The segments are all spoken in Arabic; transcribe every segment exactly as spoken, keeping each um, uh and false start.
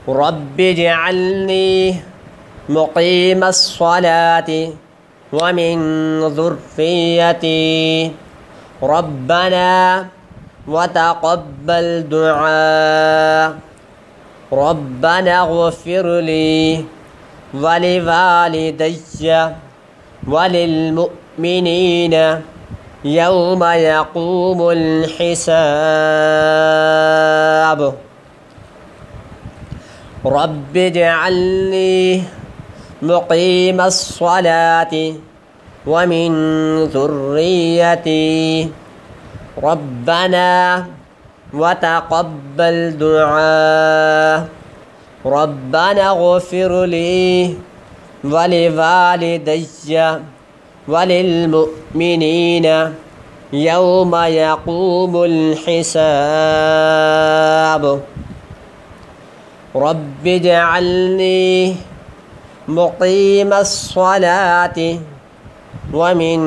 رب اجعلني مقيم الصلاة ومن ذريتي ربنا وتقبل دعاء ربنا اغفر لي ولوالدي وللمؤمنين يوم يقوم الحساب رب اجعلني مقيم الصلاة ومن ذريتي ربنا وتقبل دعاء ربنا اغفر لي ولوالدي وللمؤمنين يوم يقوم الحساب رب اجعلني مقيم الصلاة ومن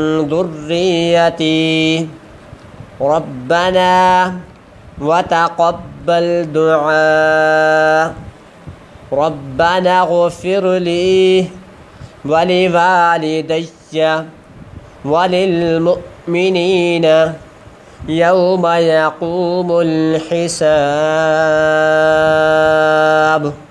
ذريتي ربنا وتقبل دعاء ربنا اغفر لي ولوالدي وللمؤمنين يوم يقوم الحساب